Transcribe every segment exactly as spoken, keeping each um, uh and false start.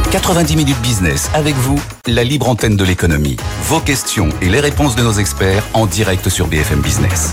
quatre-vingt-dix minutes business avec vous, la libre antenne de l'économie. Vos questions et les réponses de nos experts en direct sur B F M Business.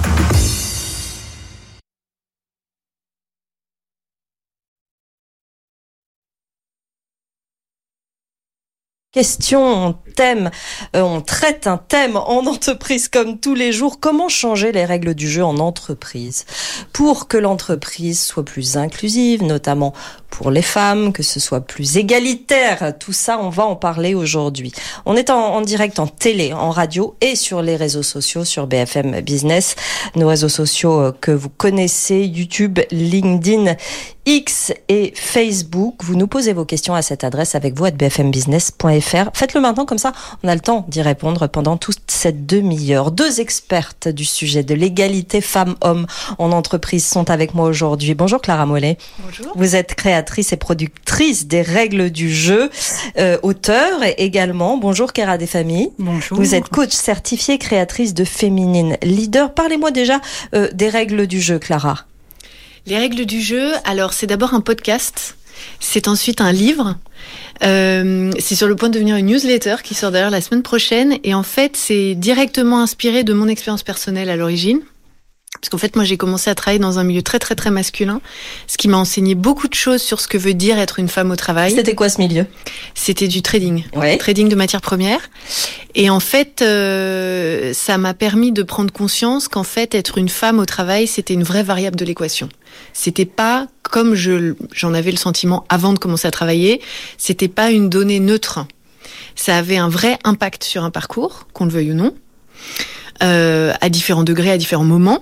Question, thème, euh, on traite un thème en entreprise comme tous les jours. Comment changer les règles du jeu en entreprise pour que l'entreprise soit plus inclusive, notamment pour les femmes, que ce soit plus égalitaire? Tout ça, on va en parler aujourd'hui. On est en, en direct en télé, en radio et sur les réseaux sociaux, sur B F M Business. Nos réseaux sociaux que vous connaissez, YouTube, LinkedIn, X et Facebook. Vous nous posez vos questions à cette adresse avec vous à b f m business point f r. Faites-le maintenant, comme ça on a le temps d'y répondre pendant toute cette demi-heure. Deux expertes du sujet de l'égalité femmes-hommes en entreprise sont avec moi aujourd'hui. Bonjour Clara Mollet. Bonjour. Vous êtes créatrice et productrice des règles du jeu, euh, auteur également. Bonjour Kéra Desfamilles. Bonjour. Vous êtes coach certifiée, créatrice de Féminine Leader. Parlez-moi déjà euh, des règles du jeu, Clara. Les règles du jeu, alors c'est d'abord un podcast, c'est ensuite un livre, euh, c'est sur le point de devenir une newsletter qui sort d'ailleurs la semaine prochaine, et en fait c'est directement inspiré de mon expérience personnelle à l'origine. Parce qu'en fait, moi, j'ai commencé à travailler dans un milieu très, très, très masculin, ce qui m'a enseigné beaucoup de choses sur ce que veut dire être une femme au travail. C'était quoi ce milieu ? C'était du trading, ouais. trading de matières premières. Et en fait, euh, ça m'a permis de prendre conscience qu'en fait, être une femme au travail, c'était une vraie variable de l'équation. C'était pas, comme je, j'en avais le sentiment avant de commencer à travailler, c'était pas une donnée neutre. Ça avait un vrai impact sur un parcours, qu'on le veuille ou non, euh, à différents degrés, à différents moments.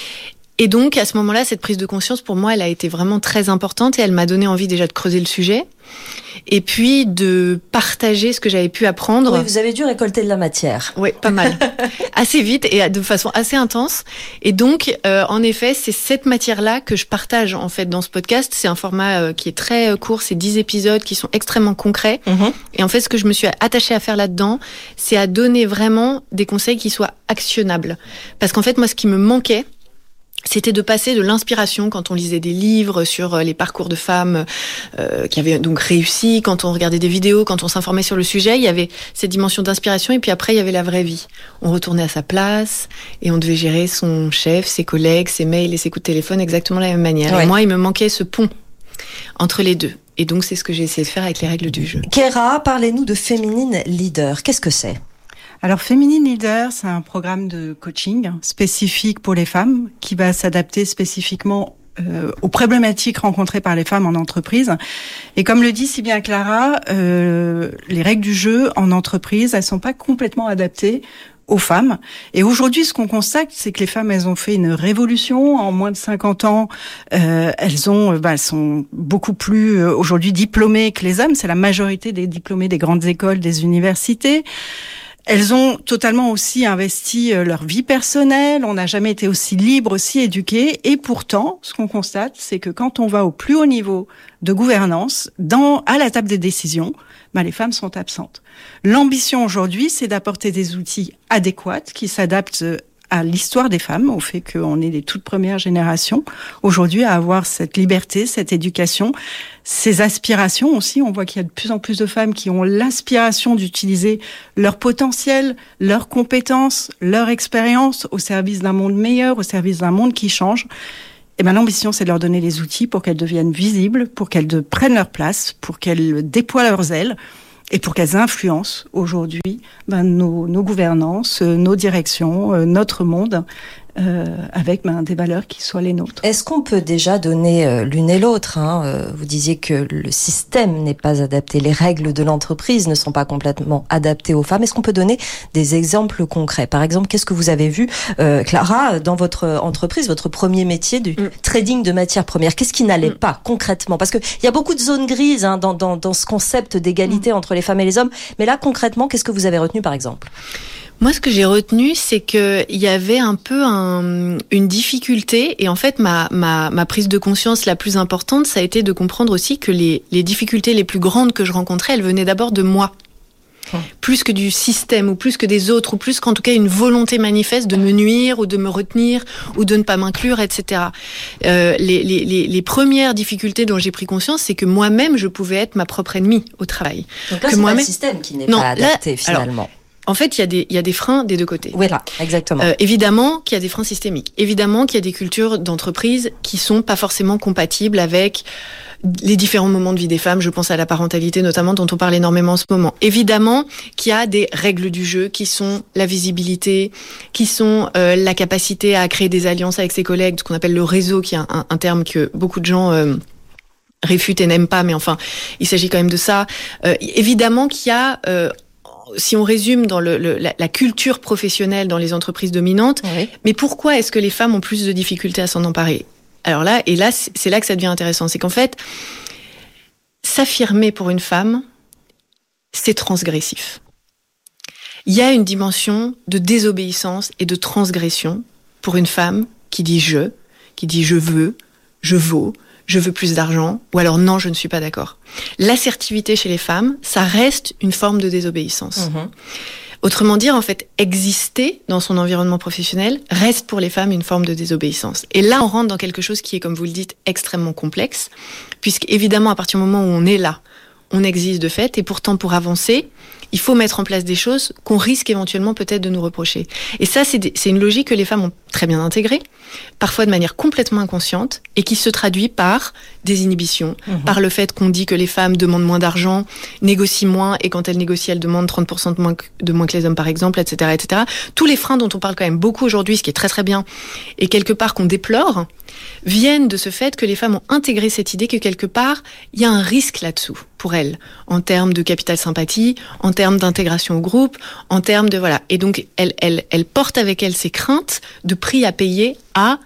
Et donc, à ce moment-là, cette prise de conscience, pour moi, elle a été vraiment très importante et elle m'a donné envie déjà de creuser le sujet et puis de partager ce que j'avais pu apprendre. Oui, vous avez dû récolter de la matière. Oui, pas mal. Assez vite et de façon assez intense. Et donc, euh, en effet, c'est cette matière-là que je partage, en fait, dans ce podcast. C'est un format euh, qui est très euh, court, c'est dix épisodes qui sont extrêmement concrets. Mm-hmm. Et en fait, ce que je me suis attachée à faire là-dedans, c'est à donner vraiment des conseils qui soient actionnables. Parce qu'en fait, moi, ce qui me manquait, c'était de passer de l'inspiration quand on lisait des livres sur les parcours de femmes euh, qui avaient donc réussi, quand on regardait des vidéos, quand on s'informait sur le sujet, il y avait cette dimension d'inspiration et puis après il y avait la vraie vie. On retournait à sa place et on devait gérer son chef, ses collègues, ses mails et ses coups de téléphone exactement de la même manière. Ouais. Et moi, il me manquait ce pont entre les deux. Et donc c'est ce que j'ai essayé de faire avec les règles du jeu. Kéra, parlez-nous de Féminine Leader. Qu'est-ce que c'est ? Alors, Féminine Leader, c'est un programme de coaching spécifique pour les femmes qui va s'adapter spécifiquement euh, aux problématiques rencontrées par les femmes en entreprise. Et comme le dit si bien Clara, euh, les règles du jeu en entreprise, elles sont pas complètement adaptées aux femmes. Et aujourd'hui, ce qu'on constate, c'est que les femmes, elles ont fait une révolution. En moins de cinquante ans, euh, elles ont, bah, elles sont beaucoup plus euh, aujourd'hui diplômées que les hommes. C'est la majorité des diplômés des grandes écoles, des universités. Elles ont totalement aussi investi leur vie personnelle, on n'a jamais été aussi libre, aussi éduqué, et pourtant, ce qu'on constate, c'est que quand on va au plus haut niveau de gouvernance, dans, à la table des décisions, ben, les femmes sont absentes. L'ambition aujourd'hui, c'est d'apporter des outils adéquats qui s'adaptent à l'histoire des femmes, au fait qu'on est les toutes premières générations aujourd'hui à avoir cette liberté, cette éducation, ces aspirations aussi. On voit qu'il y a de plus en plus de femmes qui ont l'aspiration d'utiliser leur potentiel, leurs compétences, leur expérience au service d'un monde meilleur, au service d'un monde qui change. Et ben l'ambition, c'est de leur donner les outils pour qu'elles deviennent visibles, pour qu'elles de, prennent leur place, pour qu'elles déploient leurs ailes. Et pour qu'elles influencent aujourd'hui ben, nos, nos gouvernances, nos directions, euh, notre monde, euh, avec ben, des valeurs qui soient les nôtres. Est-ce qu'on peut déjà donner euh, l'une et l'autre hein euh, Vous disiez que le système n'est pas adapté, les règles de l'entreprise ne sont pas complètement adaptées aux femmes. Est-ce qu'on peut donner des exemples concrets ? Par exemple, qu'est-ce que vous avez vu, euh, Clara, dans votre entreprise, votre premier métier du mm. trading de matières premières ? Qu'est-ce qui n'allait mm. pas concrètement ? Parce qu'il y a beaucoup de zones grises hein, dans, dans, dans ce concept d'égalité mm. entre les femmes et les hommes. Mais là, concrètement, qu'est-ce que vous avez retenu, par exemple ? Moi, ce que j'ai retenu, c'est que il y avait un peu un, une difficulté, et en fait, ma, ma, ma prise de conscience la plus importante, ça a été de comprendre aussi que les, les difficultés les plus grandes que je rencontrais, elles venaient d'abord de moi. Mmh. Plus que du système, ou plus que des autres, ou plus qu'en tout cas une volonté manifeste de me nuire, ou de me retenir, ou de ne pas m'inclure, et cetera. Euh, les, les, les, les premières difficultés dont j'ai pris conscience, c'est que moi-même, je pouvais être ma propre ennemie au travail. Donc là, que c'est moi-même... pas le système qui n'est non, pas adapté, là, finalement. Alors, en fait, il y a des, il y a des freins des deux côtés. Oui, là, exactement. Euh, évidemment qu'il y a des freins systémiques. Évidemment qu'il y a des cultures d'entreprise qui sont pas forcément compatibles avec les différents moments de vie des femmes. Je pense à la parentalité, notamment, dont on parle énormément en ce moment. Évidemment qu'il y a des règles du jeu qui sont la visibilité, qui sont euh, la capacité à créer des alliances avec ses collègues, ce qu'on appelle le réseau, qui est un, un, un terme que beaucoup de gens euh, réfutent et n'aiment pas, mais enfin, il s'agit quand même de ça. Euh, évidemment qu'il y a... Euh, si on résume dans le, le, la, la culture professionnelle dans les entreprises dominantes, oui. Mais pourquoi est-ce que les femmes ont plus de difficultés à s'en emparer ? Alors là, et là, c'est là que ça devient intéressant, c'est qu'en fait, s'affirmer pour une femme, c'est transgressif. Il y a une dimension de désobéissance et de transgression pour une femme qui dit je, qui dit je veux, je vaux, je veux plus d'argent, ou alors non, je ne suis pas d'accord. L'assertivité chez les femmes, ça reste une forme de désobéissance. Mmh. Autrement dire, en fait, exister dans son environnement professionnel reste pour les femmes une forme de désobéissance. Et là, on rentre dans quelque chose qui est, comme vous le dites, extrêmement complexe, puisque évidemment, à partir du moment où on est là, on existe de fait, et pourtant, pour avancer, il faut mettre en place des choses qu'on risque éventuellement peut-être de nous reprocher. Et ça, c'est, des, c'est une logique que les femmes ont très bien intégrée, parfois de manière complètement inconsciente, et qui se traduit par des inhibitions, mmh. par le fait qu'on dit que les femmes demandent moins d'argent, négocient moins, et quand elles négocient, elles demandent trente pour cent de moins que, de moins que les hommes, par exemple, et cetera, et cetera. Tous les freins dont on parle quand même beaucoup aujourd'hui, ce qui est très très bien, et quelque part qu'on déplore, viennent de ce fait que les femmes ont intégré cette idée que quelque part, il y a un risque là-dessous pour elles, en termes de capital sympathie, en termes d'intégration au groupe, en termes de voilà. Et donc, elles, elles, elles portent avec elles ces craintes de prix à payer à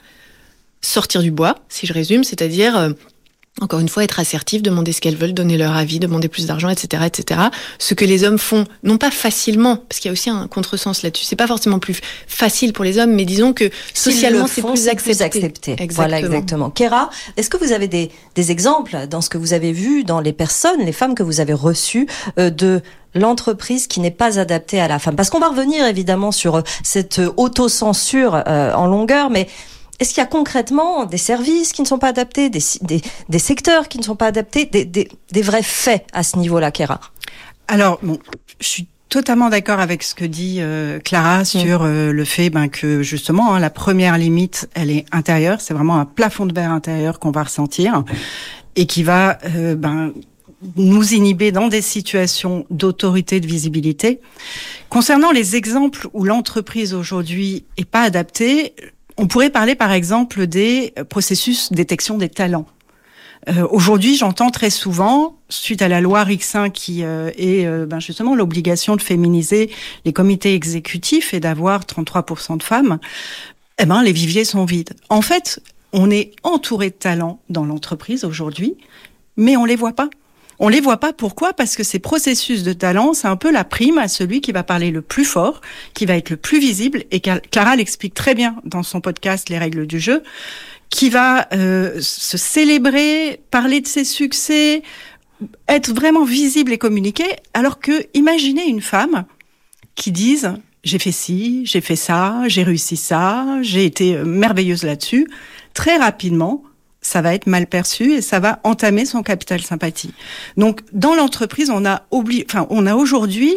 sortir du bois, si je résume, c'est-à-dire euh, encore une fois, être assertif, demander ce qu'elles veulent, donner leur avis, demander plus d'argent, et cetera, et cetera. Ce que les hommes font, non pas facilement, parce qu'il y a aussi un contresens là-dessus. C'est pas forcément plus facile pour les hommes, mais disons que socialement, c'est font, plus c'est accepté. Plus accepté. Exactement. Voilà, exactement. Kéra, est-ce que vous avez des, des exemples dans ce que vous avez vu, dans les personnes, les femmes que vous avez reçues, euh, de l'entreprise qui n'est pas adaptée à la femme? Parce qu'on va revenir évidemment sur cette autocensure euh, en longueur, mais est-ce qu'il y a concrètement des services qui ne sont pas adaptés, des, des, des secteurs qui ne sont pas adaptés, des, des, des vrais faits à ce niveau-là, Kéra? Alors, bon, je suis totalement d'accord avec ce que dit euh, Clara sur euh, le fait ben, que justement, hein, la première limite, elle est intérieure. C'est vraiment un plafond de verre intérieur qu'on va ressentir et qui va euh, ben, nous inhiber dans des situations d'autorité, de visibilité. Concernant les exemples où l'entreprise aujourd'hui est pas adaptée, on pourrait parler par exemple des processus de détection des talents. Euh, aujourd'hui, j'entends très souvent, suite à la loi R I C un qui euh, est euh, ben justement l'obligation de féminiser les comités exécutifs et d'avoir trente-trois pour cent de femmes, eh ben les viviers sont vides. En fait, on est entouré de talents dans l'entreprise aujourd'hui, mais on les voit pas. On les voit pas. Pourquoi ? Parce que ces processus de talent, c'est un peu la prime à celui qui va parler le plus fort, qui va être le plus visible. Et Clara l'explique très bien dans son podcast Les règles du jeu, qui va euh, se célébrer, parler de ses succès, être vraiment visible et communiquer. Alors que, imaginez une femme qui dise « j'ai fait ci, j'ai fait ça, j'ai réussi ça, j'ai été merveilleuse là-dessus ». Très rapidement, ça va être mal perçu et ça va entamer son capital sympathie. Donc, dans l'entreprise, on a oublié, enfin, on a aujourd'hui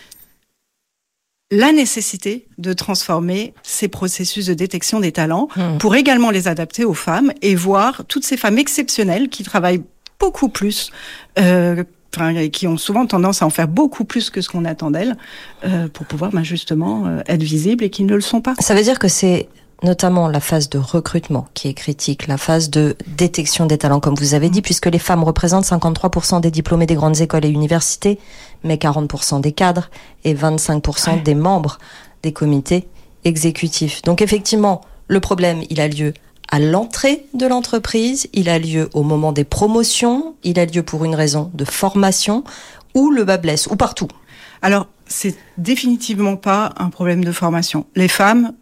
la nécessité de transformer ces processus de détection des talents mmh. pour également les adapter aux femmes et voir toutes ces femmes exceptionnelles qui travaillent beaucoup plus, euh, enfin, qui ont souvent tendance à en faire beaucoup plus que ce qu'on attend d'elles, euh, pour pouvoir, ben, justement, euh, être visibles et qui ne le sont pas. Ça veut dire que c'est notamment la phase de recrutement qui est critique, la phase de détection des talents, comme vous avez dit, puisque les femmes représentent cinquante-trois pour cent des diplômés des grandes écoles et universités, mais quarante pour cent des cadres et vingt-cinq pour cent ouais. des membres des comités exécutifs. Donc effectivement, le problème, il a lieu à l'entrée de l'entreprise, il a lieu au moment des promotions, il a lieu pour une raison de formation, ou le bas blesse, ou partout. Alors, c'est définitivement pas un problème de formation. Les femmes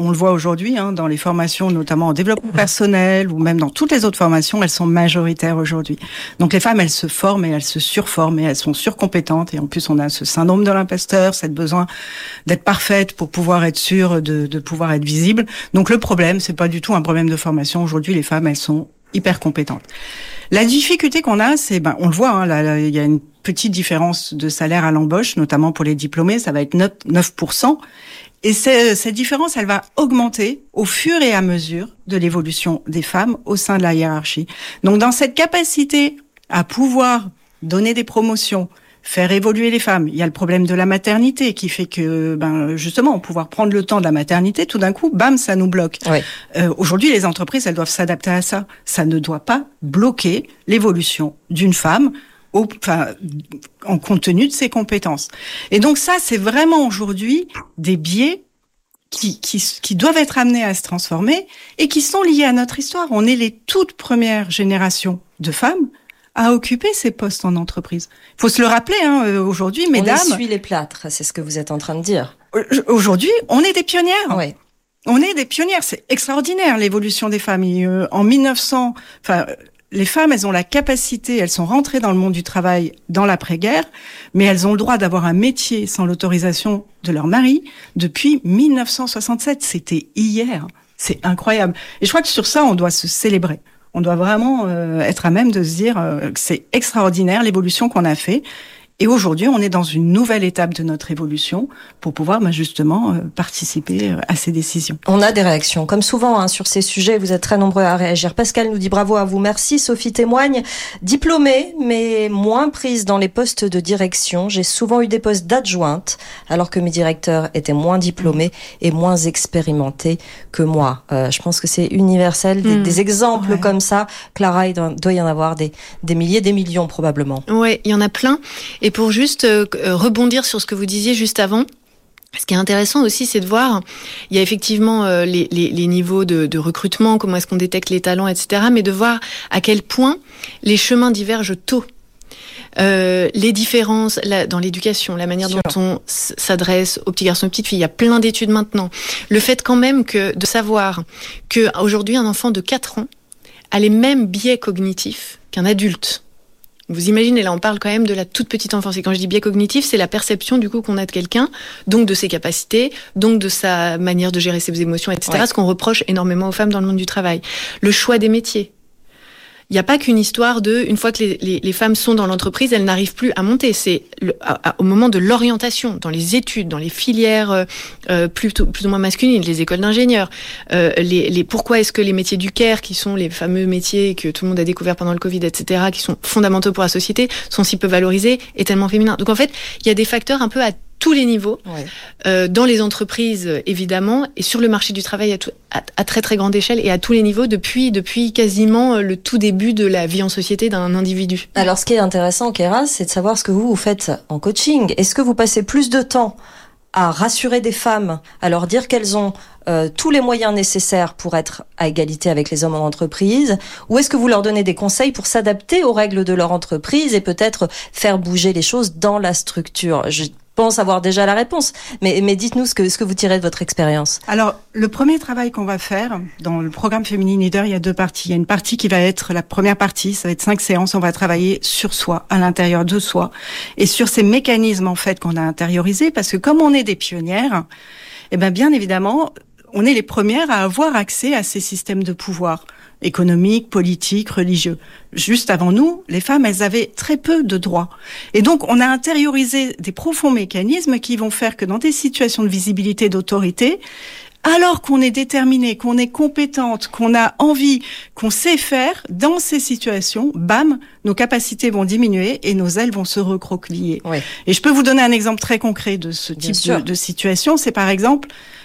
on le voit aujourd'hui hein, dans les formations, notamment en développement personnel ou même dans toutes les autres formations, elles sont majoritaires aujourd'hui. Donc les femmes, elles se forment et elles se surforment et elles sont surcompétentes. Et en plus, on a ce syndrome de l'imposteur, cette besoin d'être parfaite pour pouvoir être sûre de, de pouvoir être visible. Donc le problème, c'est pas du tout un problème de formation. Aujourd'hui, les femmes, elles sont hyper compétentes. La difficulté qu'on a, c'est, ben, on le voit, hein, là, là, il y a une petite différence de salaire à l'embauche, notamment pour les diplômés, ça va être neuf pour cent. Et cette différence, elle va augmenter au fur et à mesure de l'évolution des femmes au sein de la hiérarchie. Donc, dans cette capacité à pouvoir donner des promotions, faire évoluer les femmes, il y a le problème de la maternité qui fait que, ben, justement, pouvoir prendre le temps de la maternité, tout d'un coup, bam, ça nous bloque. Oui. Euh, aujourd'hui, les entreprises, elles doivent s'adapter à ça. Ça ne doit pas bloquer l'évolution d'une femme Au, enfin, en compte tenu de ses compétences. Et donc ça, c'est vraiment aujourd'hui des biais qui, qui, qui doivent être amenés à se transformer et qui sont liés à notre histoire. On est les toutes premières générations de femmes à occuper ces postes en entreprise. Il faut se le rappeler, hein, aujourd'hui, mesdames. On essuie les plâtres, c'est ce que vous êtes en train de dire. Aujourd'hui, on est des pionnières. Oui. On est des pionnières. C'est extraordinaire, l'évolution des femmes. Et, euh, en mille neuf cents, enfin, les femmes, elles ont la capacité, elles sont rentrées dans le monde du travail dans l'après-guerre, mais elles ont le droit d'avoir un métier sans l'autorisation de leur mari depuis mille neuf cent soixante-sept. C'était hier. C'est incroyable. Et je crois que sur ça, on doit se célébrer. On doit vraiment euh, être à même de se dire euh, que c'est extraordinaire l'évolution qu'on a fait. Et aujourd'hui, on est dans une nouvelle étape de notre évolution pour pouvoir bah, justement euh, participer à ces décisions. On a des réactions, comme souvent hein, sur ces sujets. Vous êtes très nombreux à réagir. Pascal nous dit bravo à vous, merci. Sophie témoigne, diplômée, mais moins prise dans les postes de direction. J'ai souvent eu des postes d'adjointe, alors que mes directeurs étaient moins diplômés et moins expérimentés que moi. Euh, je pense que c'est universel. Des, mmh. des exemples ouais. comme ça, Clara, il doit, doit y en avoir des, des milliers, des millions probablement. Ouais, il y en a plein. Et pour juste euh, rebondir sur ce que vous disiez juste avant, ce qui est intéressant aussi, c'est de voir, il y a effectivement euh, les, les, les niveaux de, de recrutement, comment est-ce qu'on détecte les talents, et cetera, mais de voir à quel point les chemins divergent tôt. Euh, les différences la, dans l'éducation, la manière dont on s'adresse aux petits garçons et aux petites filles, il y a plein d'études maintenant. Le fait quand même que de savoir que aujourd'hui un enfant de quatre ans a les mêmes biais cognitifs qu'un adulte. Vous imaginez, là on parle quand même de la toute petite enfance. Et quand je dis biais cognitif, c'est la perception du coup qu'on a de quelqu'un, donc de ses capacités, donc de sa manière de gérer ses émotions, et cetera. Ouais. Ce qu'on reproche énormément aux femmes dans le monde du travail. Le choix des métiers. Il n'y a pas qu'une histoire de, une fois que les, les, les femmes sont dans l'entreprise, elles n'arrivent plus à monter. C'est le, à, à, au moment de l'orientation, dans les études, dans les filières euh, plutôt, plus ou moins masculines, les écoles d'ingénieurs. Euh, les, les, pourquoi est-ce que les métiers du care, qui sont les fameux métiers que tout le monde a découvert pendant le Covid, et cetera, qui sont fondamentaux pour la société, sont si peu valorisés et tellement féminins. Donc en fait, il y a des facteurs un peu à tous les niveaux, ouais. euh, dans les entreprises évidemment, et sur le marché du travail à, tout, à, à très très grande échelle et à tous les niveaux depuis depuis quasiment le tout début de la vie en société d'un individu. Alors ce qui est intéressant, Kéra, c'est de savoir ce que vous vous faites en coaching. Est-ce que vous passez plus de temps à rassurer des femmes, à leur dire qu'elles ont euh, tous les moyens nécessaires pour être à égalité avec les hommes en entreprise, ou est-ce que vous leur donnez des conseils pour s'adapter aux règles de leur entreprise et peut-être faire bouger les choses dans la structure ? Je pense avoir déjà la réponse, mais, mais dites-nous ce que, ce que vous tirez de votre expérience. Alors, le premier travail qu'on va faire dans le programme Féminine Leader, il y a deux parties. Il y a une partie qui va être la première partie, ça va être cinq séances, on va travailler sur soi, à l'intérieur de soi, et sur ces mécanismes en fait qu'on a intériorisés, parce que comme on est des pionnières, eh ben bien évidemment, on est les premières à avoir accès à ces systèmes de pouvoir économique, politique, religieux. Juste avant nous, les femmes, elles avaient très peu de droits. Et donc, on a intériorisé des profonds mécanismes qui vont faire que dans des situations de visibilité, d'autorité, alors qu'on est déterminé, qu'on est compétente, qu'on a envie, qu'on sait faire, dans ces situations, bam, nos capacités vont diminuer et nos ailes vont se recroqueviller. Oui. Et je peux vous donner un exemple très concret de ce type de, de situation. C'est par exemple,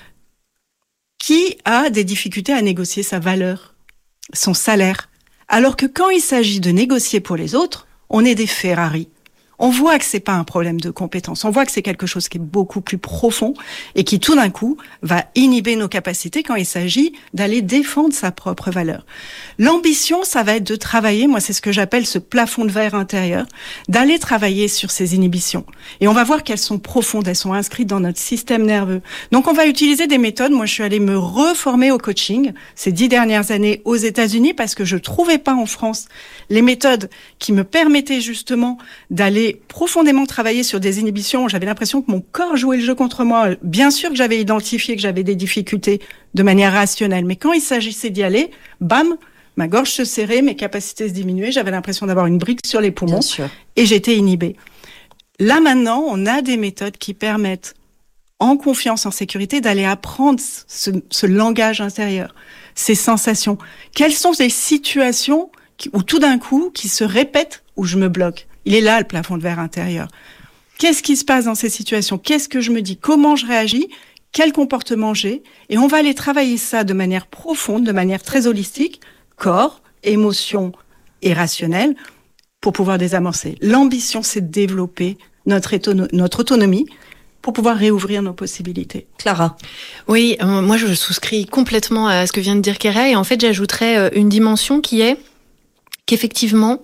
qui a des difficultés à négocier sa valeur, son salaire, alors que quand il s'agit de négocier pour les autres, on est des Ferrari. on voit que c'est pas un problème de compétence. On voit que c'est quelque chose qui est beaucoup plus profond et qui, tout d'un coup, va inhiber nos capacités quand il s'agit d'aller défendre sa propre valeur. L'ambition, ça va être de travailler, moi, c'est ce que j'appelle ce plafond de verre intérieur, d'aller travailler sur ces inhibitions. Et on va voir qu'elles sont profondes, elles sont inscrites dans notre système nerveux. Donc, on va utiliser des méthodes. Moi, je suis allée me reformer au coaching ces dix dernières années aux États-Unis parce que je trouvais pas en France les méthodes qui me permettaient justement d'aller profondément travailler sur des inhibitions. J'avais l'impression que mon corps jouait le jeu contre moi. Bien sûr que j'avais identifié que j'avais des difficultés de manière rationnelle, mais quand il s'agissait d'y aller, bam, ma gorge se serrait, mes capacités se diminuaient, j'avais l'impression d'avoir une brique sur les poumons et j'étais inhibée. Là maintenant, on a des méthodes qui permettent, en confiance, en sécurité, d'aller apprendre ce, ce langage intérieur, ces sensations. Quelles sont les situations qui, où tout d'un coup, qui se répètent, où je me bloque? Il est là, le plafond de verre intérieur. Qu'est-ce qui se passe dans ces situations? Qu'est-ce que je me dis? Comment je réagis? Quel comportement j'ai? Et on va aller travailler ça de manière profonde, de manière très holistique, corps, émotion et rationnel, pour pouvoir désamorcer. L'ambition, c'est de développer notre, étono- notre autonomie pour pouvoir réouvrir nos possibilités. Clara. Oui, euh, moi je souscris complètement à ce que vient de dire Kéra, et en fait j'ajouterais euh, une dimension qui est qu'effectivement,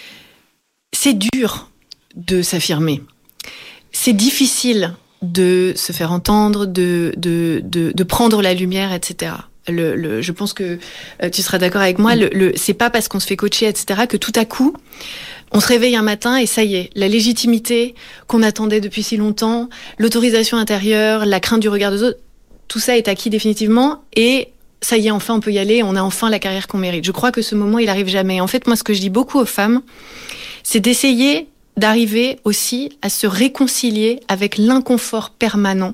c'est dur de s'affirmer. C'est difficile de se faire entendre, de, de, de, de prendre la lumière, et cetera. Le, le, je pense que euh, tu seras d'accord avec moi. Le, le, c'est pas parce qu'on se fait coacher, et cetera, que tout à coup, on se réveille un matin et ça y est, la légitimité qu'on attendait depuis si longtemps, l'autorisation intérieure, la crainte du regard des autres, tout ça est acquis définitivement et ça y est, enfin on peut y aller, on a enfin la carrière qu'on mérite. Je crois que ce moment, il arrive jamais. En fait, moi, ce que je dis beaucoup aux femmes, c'est d'essayer d'arriver aussi à se réconcilier avec l'inconfort permanent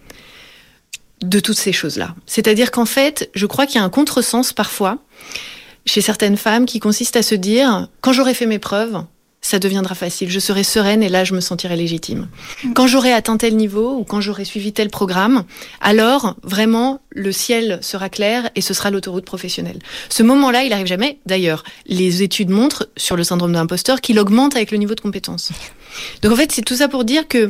de toutes ces choses-là. C'est-à-dire qu'en fait, je crois qu'il y a un contresens parfois chez certaines femmes qui consiste à se dire « quand j'aurai fait mes preuves, ça deviendra facile, je serai sereine et là je me sentirai légitime. Quand j'aurai atteint tel niveau ou quand j'aurai suivi tel programme, alors vraiment le ciel sera clair et ce sera l'autoroute professionnelle. » Ce moment-là, il arrive jamais. D'ailleurs, les études montrent sur le syndrome de l'imposteur qu'il augmente avec le niveau de compétence. Donc en fait, c'est tout ça pour dire que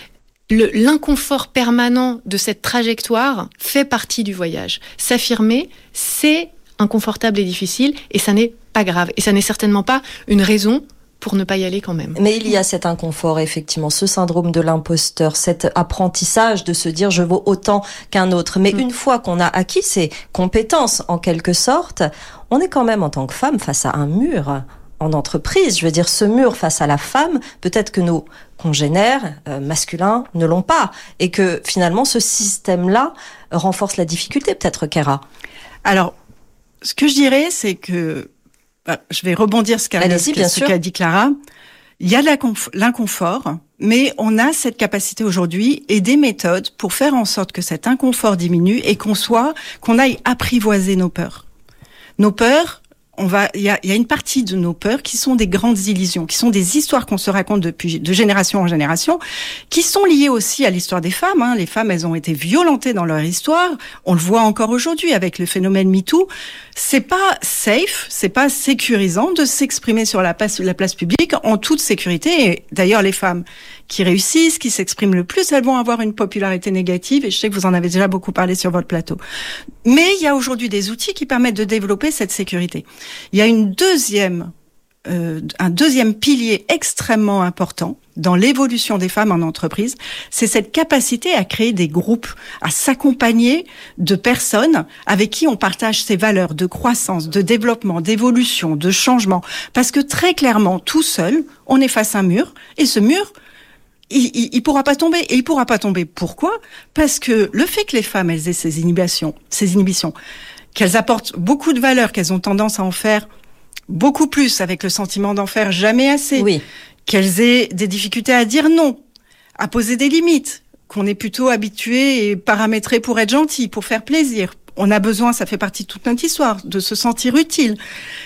Le, l'inconfort permanent de cette trajectoire fait partie du voyage. S'affirmer, c'est inconfortable et difficile, et ça n'est pas grave. Et ça n'est certainement pas une raison pour ne pas y aller quand même. Mais il y a cet inconfort, effectivement, ce syndrome de l'imposteur, cet apprentissage de se dire je vaux autant qu'un autre. Mais mmh. une fois qu'on a acquis ces compétences, en quelque sorte, on est quand même, en tant que femme, face à un mur en entreprise. Je veux dire, ce mur face à la femme, peut-être que nos congénères euh, masculins ne l'ont pas. Et que finalement, ce système-là renforce la difficulté, peut-être, Kéra. Alors, ce que je dirais, c'est que, bah, je vais rebondir ce qu'a, Allez-y, bien ce sûr. qu'a dit Clara. Il y a de la conf- l'inconfort, mais on a cette capacité aujourd'hui et des méthodes pour faire en sorte que cet inconfort diminue et qu'on soit, qu'on aille apprivoiser nos peurs. Nos peurs, on va, il y a, il y a une partie de nos peurs qui sont des grandes illusions, qui sont des histoires qu'on se raconte depuis de génération en génération, qui sont liées aussi à l'histoire des femmes. Hein. Les femmes, elles ont été violentées dans leur histoire. On le voit encore aujourd'hui avec le phénomène MeToo. C'est pas safe, c'est pas sécurisant de s'exprimer sur la place, la place publique en toute sécurité. Et d'ailleurs, les femmes qui réussissent, qui s'expriment le plus, elles vont avoir une popularité négative. Et je sais que vous en avez déjà beaucoup parlé sur votre plateau. Mais il y a aujourd'hui des outils qui permettent de développer cette sécurité. Il y a une deuxième, euh, un deuxième pilier extrêmement important dans l'évolution des femmes en entreprise, c'est cette capacité à créer des groupes, à s'accompagner de personnes avec qui on partage ces valeurs de croissance, de développement, d'évolution, de changement. Parce que très clairement, tout seul, on est face à un mur, et ce mur, il, il, il pourra pas tomber. Et il pourra pas tomber. Pourquoi? Parce que le fait que les femmes, elles aient ces inhibitions, ces inhibitions, qu'elles apportent beaucoup de valeur, qu'elles ont tendance à en faire beaucoup plus, avec le sentiment d'en faire jamais assez. Oui. Qu'elles aient des difficultés à dire non, à poser des limites, qu'on est plutôt habitué et paramétré pour être gentil, pour faire plaisir. On a besoin, ça fait partie de toute notre histoire, de se sentir utile.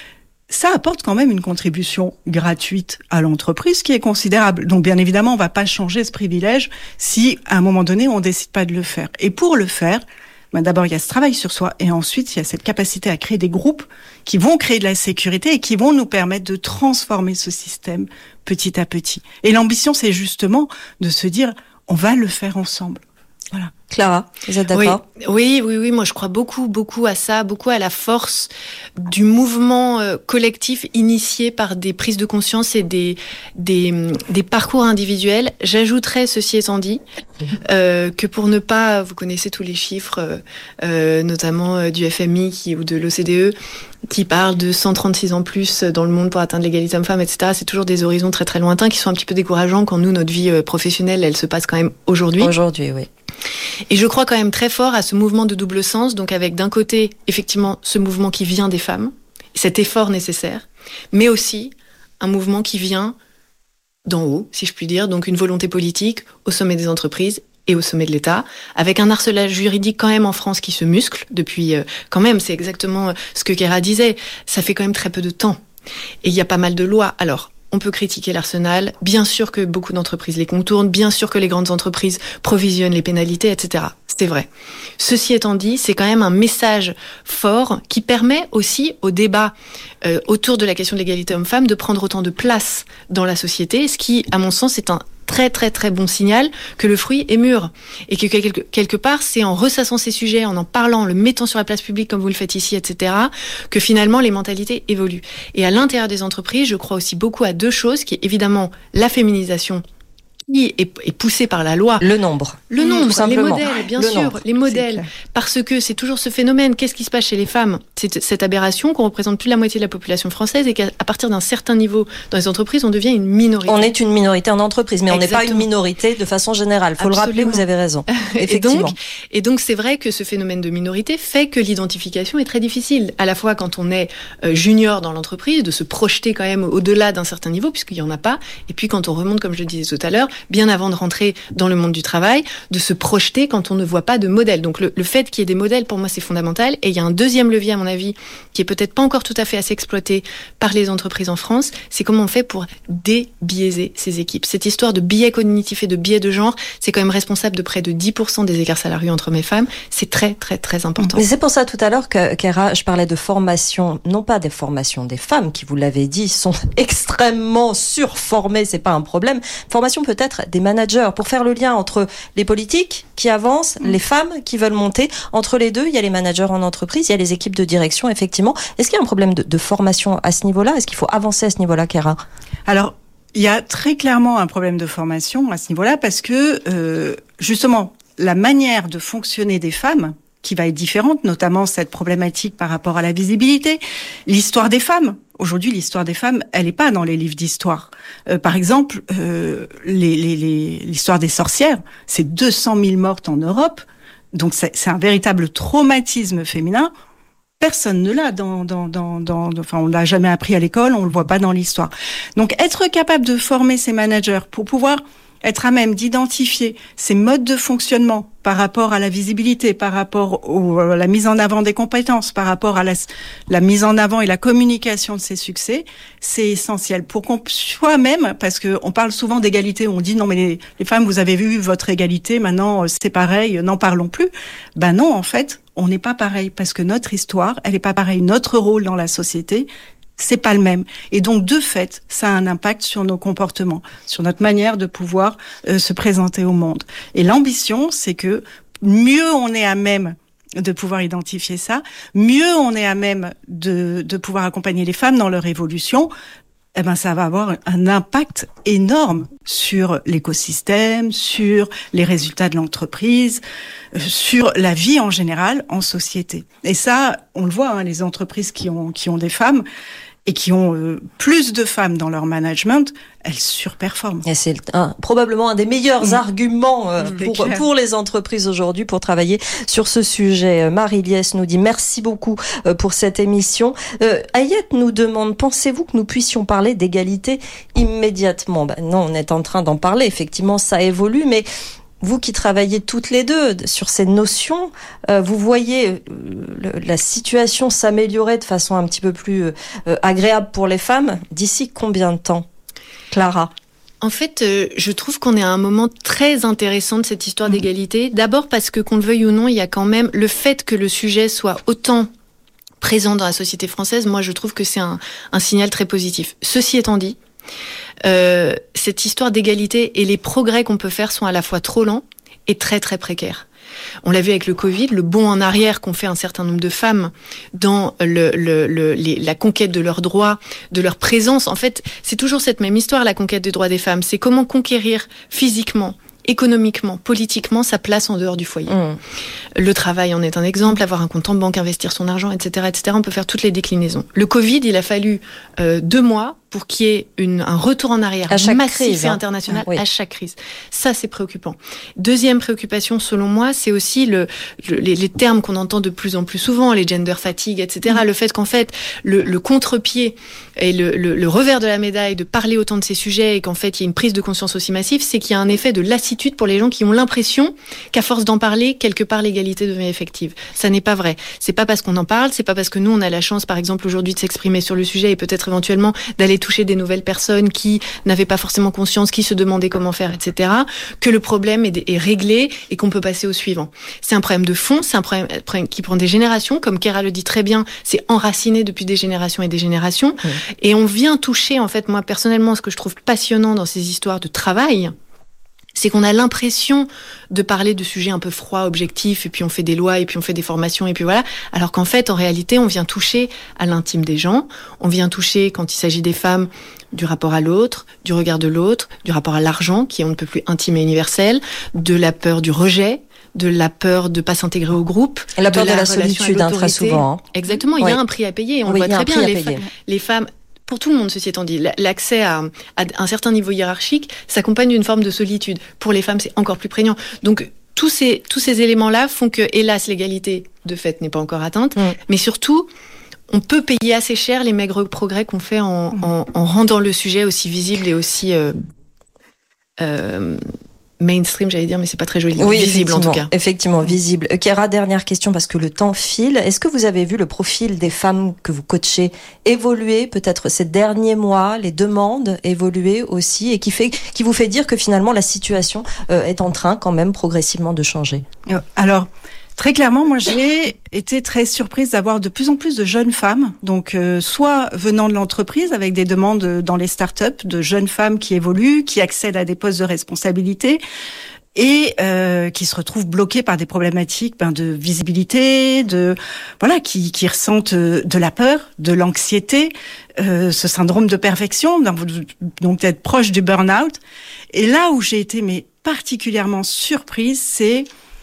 Ça apporte quand même une contribution gratuite à l'entreprise qui est considérable. Donc bien évidemment, on va pas changer ce privilège si à un moment donné, on décide pas de le faire. Et pour le faire, Ben, d'abord, il y a ce travail sur soi, et ensuite, il y a cette capacité à créer des groupes qui vont créer de la sécurité et qui vont nous permettre de transformer ce système petit à petit. Et l'ambition, c'est justement de se dire, on va le faire ensemble. Voilà. Clara, vous êtes d'accord ? Oui, oui, oui, oui. Moi, je crois beaucoup, beaucoup à ça, beaucoup à la force du mouvement euh, collectif initié par des prises de conscience et des des, des parcours individuels. J'ajouterais, ceci étant dit, euh, que pour ne pas, vous connaissez tous les chiffres, euh, notamment euh, du F M I qui, ou de l'O C D E, qui parlent de cent trente-six ans plus dans le monde pour atteindre l'égalité homme-femme, et cetera. C'est toujours des horizons très très lointains qui sont un petit peu décourageants quand nous, notre vie professionnelle, elle se passe quand même aujourd'hui. Aujourd'hui, oui. Et je crois quand même très fort à ce mouvement de double sens, donc avec d'un côté, effectivement, ce mouvement qui vient des femmes, cet effort nécessaire, mais aussi un mouvement qui vient d'en haut, si je puis dire, donc une volonté politique au sommet des entreprises et au sommet de l'État, avec un harcelage juridique quand même en France qui se muscle depuis, euh, quand même, c'est exactement ce que Kéra disait, ça fait quand même très peu de temps. Et il y a pas mal de lois. Alors, on peut critiquer l'arsenal, bien sûr que beaucoup d'entreprises les contournent, bien sûr que les grandes entreprises provisionnent les pénalités, et cetera. C'est vrai. Ceci étant dit, c'est quand même un message fort qui permet aussi au débat euh, autour de la question de l'égalité homme-femme de prendre autant de place dans la société, ce qui, à mon sens, est un très très très bon signal que le fruit est mûr et que quelque, quelque part c'est en ressassant ces sujets, en en parlant, en le mettant sur la place publique comme vous le faites ici, et cetera, que finalement les mentalités évoluent. Et à l'intérieur des entreprises, je crois aussi beaucoup à deux choses, qui est évidemment la féminisation qui est, est poussée par la loi. Le nombre. Le nombre, les modèles, bien le sûr, nombre, les modèles. Parce que c'est toujours ce phénomène. Qu'est-ce qui se passe chez les femmes ? C'est cette aberration qu'on représente plus de la moitié de la population française et qu'à partir d'un certain niveau dans les entreprises, on devient une minorité. On est une minorité en entreprise, mais Exactement. On n'est pas une minorité de façon générale. Il faut Absolument. le rappeler, vous avez raison. Effectivement. Et donc, et donc, c'est vrai que ce phénomène de minorité fait que l'identification est très difficile. À la fois quand on est junior dans l'entreprise, de se projeter quand même au-delà d'un certain niveau, puisqu'il n'y en a pas. Et puis quand on remonte, comme je le disais tout à l'heure, bien avant de rentrer dans le monde du travail, de se projeter quand on ne voit pas de modèle. Donc le, le fait qu'il y ait des modèles, pour moi, c'est fondamental. Et il y a un deuxième levier, à mon avis, qui est peut-être pas encore tout à fait assez exploité par les entreprises en France, c'est comment on fait pour débiaiser ces équipes. Cette histoire de biais cognitifs et de biais de genre, c'est quand même responsable de près de dix pour cent des écarts salariaux entre hommes et femmes. C'est très, très, très important. Mais c'est pour ça tout à l'heure que, Kéra, je parlais de formation, non pas des formations des femmes, qui, vous l'avez dit, sont extrêmement surformées, c'est pas un problème. Formation peut-être des managers, pour faire le lien entre les politiques qui avancent, mmh. les femmes qui veulent monter. Entre les deux, il y a les managers en entreprise, il y a les équipes de direction, effectivement. Est-ce qu'il y a un problème de, de formation à ce niveau-là ? Est-ce qu'il faut avancer à ce niveau-là, Kéra ? Alors, il y a très clairement un problème de formation à ce niveau-là parce que, euh, justement, la manière de fonctionner des femmes, qui va être différente, notamment cette problématique par rapport à la visibilité, l'histoire des femmes. Aujourd'hui, l'histoire des femmes, elle n'est pas dans les livres d'histoire. Euh, par exemple, euh, les, les, les, l'histoire des sorcières, c'est deux cent mille mortes en Europe, donc c'est, c'est un véritable traumatisme féminin. Personne ne l'a dans, dans, dans, dans, enfin, on l'a jamais appris à l'école, on le voit pas dans l'histoire. Donc, être capable de former ces managers pour pouvoir être à même d'identifier ces modes de fonctionnement par rapport à la visibilité, par rapport au, à la mise en avant des compétences, par rapport à la, la mise en avant et la communication de ses succès, c'est essentiel pour qu'on soit même, parce que on parle souvent d'égalité, on dit non mais les, les femmes, vous avez vu votre égalité, maintenant c'est pareil, n'en parlons plus. Ben non, en fait, on n'est pas pareil parce que notre histoire, elle n'est pas pareille, notre rôle dans la société, c'est pas le même. Et donc, de fait, ça a un impact sur nos comportements, sur notre manière de pouvoir euh, se présenter au monde. Et l'ambition, c'est que mieux on est à même de pouvoir identifier ça, mieux on est à même de, de pouvoir accompagner les femmes dans leur évolution, eh ben, ça va avoir un impact énorme sur l'écosystème, sur les résultats de l'entreprise, euh, sur la vie en général en société. Et ça, on le voit, hein, les entreprises qui ont, qui ont des femmes, et qui ont euh, plus de femmes dans leur management, elles surperforment. Et c'est un, probablement un des meilleurs mmh. arguments euh, mmh, pour, pour les entreprises aujourd'hui pour travailler sur ce sujet. Marie-Liesse nous dit merci beaucoup euh, pour cette émission. Euh, Ayette nous demande, pensez-vous que nous puissions parler d'égalité immédiatement ? Ben non, on est en train d'en parler. Effectivement, ça évolue, mais vous qui travaillez toutes les deux sur ces notions, euh, vous voyez euh, le, la situation s'améliorer de façon un petit peu plus euh, agréable pour les femmes d'ici combien de temps ? Clara ? En fait, euh, je trouve qu'on est à un moment très intéressant de cette histoire mmh. d'égalité. D'abord parce que, qu'on le veuille ou non, il y a quand même le fait que le sujet soit autant présent dans la société française. Moi, je trouve que c'est un, un signal très positif. Ceci étant dit, euh, cette histoire d'égalité et les progrès qu'on peut faire sont à la fois trop lents et très très précaires. On l'a vu avec le Covid, le bond en arrière qu'ont fait un certain nombre de femmes dans le, le, le, les, la conquête de leurs droits, de leur présence. En fait, c'est toujours cette même histoire, la conquête des droits des femmes. C'est comment conquérir physiquement, économiquement, politiquement, sa place en dehors du foyer. Mmh. Le travail en est un exemple, avoir un compte en banque, investir son argent, et cetera, et cetera. On peut faire toutes les déclinaisons. Le Covid, il a fallu euh, deux mois pour qu'il y ait une, un retour en arrière massif crise, et hein. international oui. à chaque crise. Ça, c'est préoccupant. Deuxième préoccupation, selon moi, c'est aussi le, le, les, les termes qu'on entend de plus en plus souvent, les gender fatigue, et cetera. Mmh. Le fait qu'en fait, le, le contre-pied et le, le, le revers de la médaille de parler autant de ces sujets et qu'en fait, il y a une prise de conscience aussi massive, c'est qu'il y a un effet de lassitude pour les gens qui ont l'impression qu'à force d'en parler, quelque part, l'égalité devient effective. Ça n'est pas vrai. C'est pas parce qu'on en parle, c'est pas parce que nous, on a la chance, par exemple, aujourd'hui, de s'exprimer sur le sujet et peut-être éventuellement d'aller toucher des nouvelles personnes qui n'avaient pas forcément conscience, qui se demandaient comment faire, et cetera, que le problème est, est réglé et qu'on peut passer au suivant. C'est un problème de fond, c'est un problème, problème qui prend des générations, comme Kéra le dit très bien, c'est enraciné depuis des générations et des générations. Mmh. Et on vient toucher, en fait, moi, personnellement, ce que je trouve passionnant dans ces histoires de travail, c'est qu'on a l'impression de parler de sujets un peu froids, objectifs, et puis on fait des lois, et puis on fait des formations, et puis voilà. Alors qu'en fait, en réalité, on vient toucher à l'intime des gens. On vient toucher, quand il s'agit des femmes, du rapport à l'autre, du regard de l'autre, du rapport à l'argent, qui est on ne peut plus intime et universel, de la peur du rejet, de la peur de pas s'intégrer au groupe. Et la peur de la, de la solitude, hein, très souvent. Hein. Exactement, il oui. y a un prix à payer. Et on oui, voit très bien les, fa- payer. les femmes... Pour tout le monde, ceci étant dit, l'accès à, à un certain niveau hiérarchique s'accompagne d'une forme de solitude. Pour les femmes, c'est encore plus prégnant. Donc, tous ces, tous ces éléments-là font que, hélas, l'égalité, de fait, n'est pas encore atteinte. Mmh. Mais surtout, on peut payer assez cher les maigres progrès qu'on fait en, mmh. en, en rendant le sujet aussi visible et aussi... Euh, euh, mainstream, j'allais dire, mais c'est pas très joli. Oui, visible en tout cas. Effectivement, visible. Kéra, dernière question parce que le temps file. Est-ce que vous avez vu le profil des femmes que vous coachez évoluer peut-être ces derniers mois, les demandes évoluer aussi et qui fait, qui vous fait dire que finalement la situation euh, est en train quand même progressivement de changer? Alors, très clairement, moi, j'ai été très surprise d'avoir de plus en plus de jeunes femmes, donc euh, soit venant de l'entreprise avec des demandes dans les startups, de jeunes femmes qui évoluent, qui accèdent à des postes de responsabilité et euh, qui se retrouvent bloquées par des problématiques ben, de visibilité, de voilà, qui, qui ressentent de la peur, de l'anxiété, euh, ce syndrome de perfection, donc d'être proche du burn-out. Et là où j'ai été mais particulièrement surprise, c'est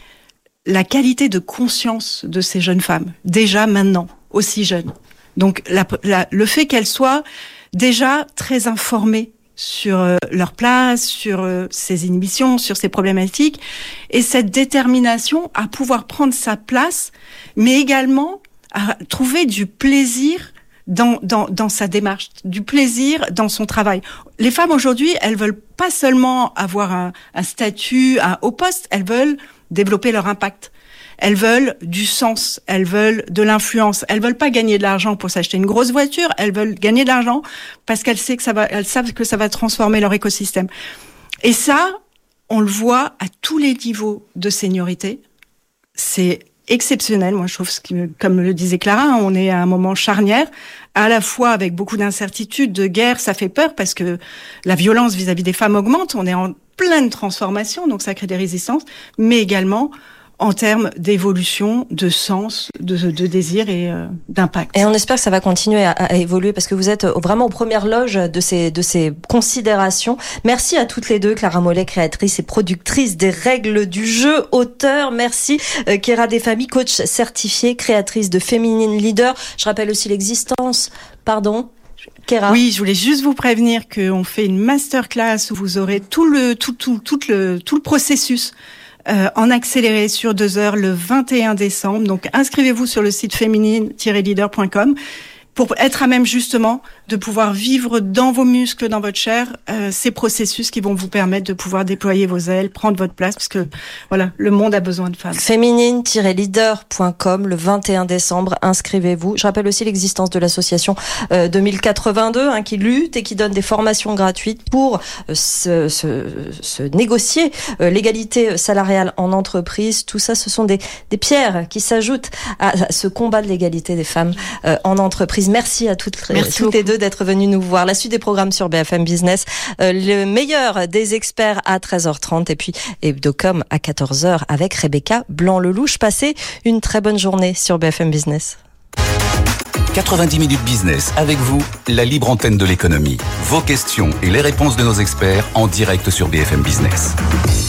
la qualité de conscience de ces jeunes femmes, déjà maintenant, aussi jeunes. Donc la, la, le fait qu'elles soient déjà très informées sur euh, leur place, sur euh, ces inhibitions, sur ces problématiques, et cette détermination à pouvoir prendre sa place, mais également à trouver du plaisir dans, dans, dans sa démarche, du plaisir dans son travail. Les femmes aujourd'hui, elles veulent pas seulement avoir un, un statut, un haut poste, elles veulent développer leur impact. Elles veulent du sens, elles veulent de l'influence. Elles veulent pas gagner de l'argent pour s'acheter une grosse voiture, elles veulent gagner de l'argent parce qu'elles savent que ça va, elles savent que ça va transformer leur écosystème. Et ça, on le voit à tous les niveaux de seniorité. C'est exceptionnel. Moi, je trouve, que, comme le disait Clara, on est à un moment charnière, à la fois avec beaucoup d'incertitudes, de guerre. Ça fait peur parce que la violence vis-à-vis des femmes augmente. On est en pleine transformation, donc ça crée des résistances, mais également en termes d'évolution, de sens, de, de désir et euh, d'impact. Et on espère que ça va continuer à, à évoluer parce que vous êtes vraiment aux premières loges de ces, de ces considérations. Merci à toutes les deux, Clara Mollet, créatrice et productrice des règles du jeu, auteur. Merci euh, Kéra Desfamilles, coach certifiée, créatrice de Féminine Leader. Je rappelle aussi l'existence, pardon, Kéra. Oui, je voulais juste vous prévenir qu'on fait une masterclass où vous aurez tout le, tout, tout, tout le, tout le processus Euh, en accéléré sur deux heures le vingt et un décembre. Donc, inscrivez-vous sur le site féminine tiret leader point com pour être à même justement de pouvoir vivre dans vos muscles, dans votre chair, euh, ces processus qui vont vous permettre de pouvoir déployer vos ailes, prendre votre place, parce que voilà, le monde a besoin de femmes. féminine tiret leader point com le vingt et un décembre, inscrivez-vous. Je rappelle aussi l'existence de l'association euh, deux mille quatre-vingt-deux hein, qui lutte et qui donne des formations gratuites pour euh, se, se, se négocier euh, l'égalité salariale en entreprise. Tout ça, ce sont des, des pierres qui s'ajoutent à, à ce combat de l'égalité des femmes euh, en entreprise. Merci à toutes, Merci toutes les deux d'être venues nous voir. La suite des programmes sur B F M Business, euh, le meilleur des experts à treize heures trente et puis Hebdocom à quatorze heures avec Rebecca Blanc-Lelouch. Passez une très bonne journée sur B F M Business. quatre-vingt-dix minutes business avec vous, la libre antenne de l'économie. Vos questions et les réponses de nos experts en direct sur B F M Business.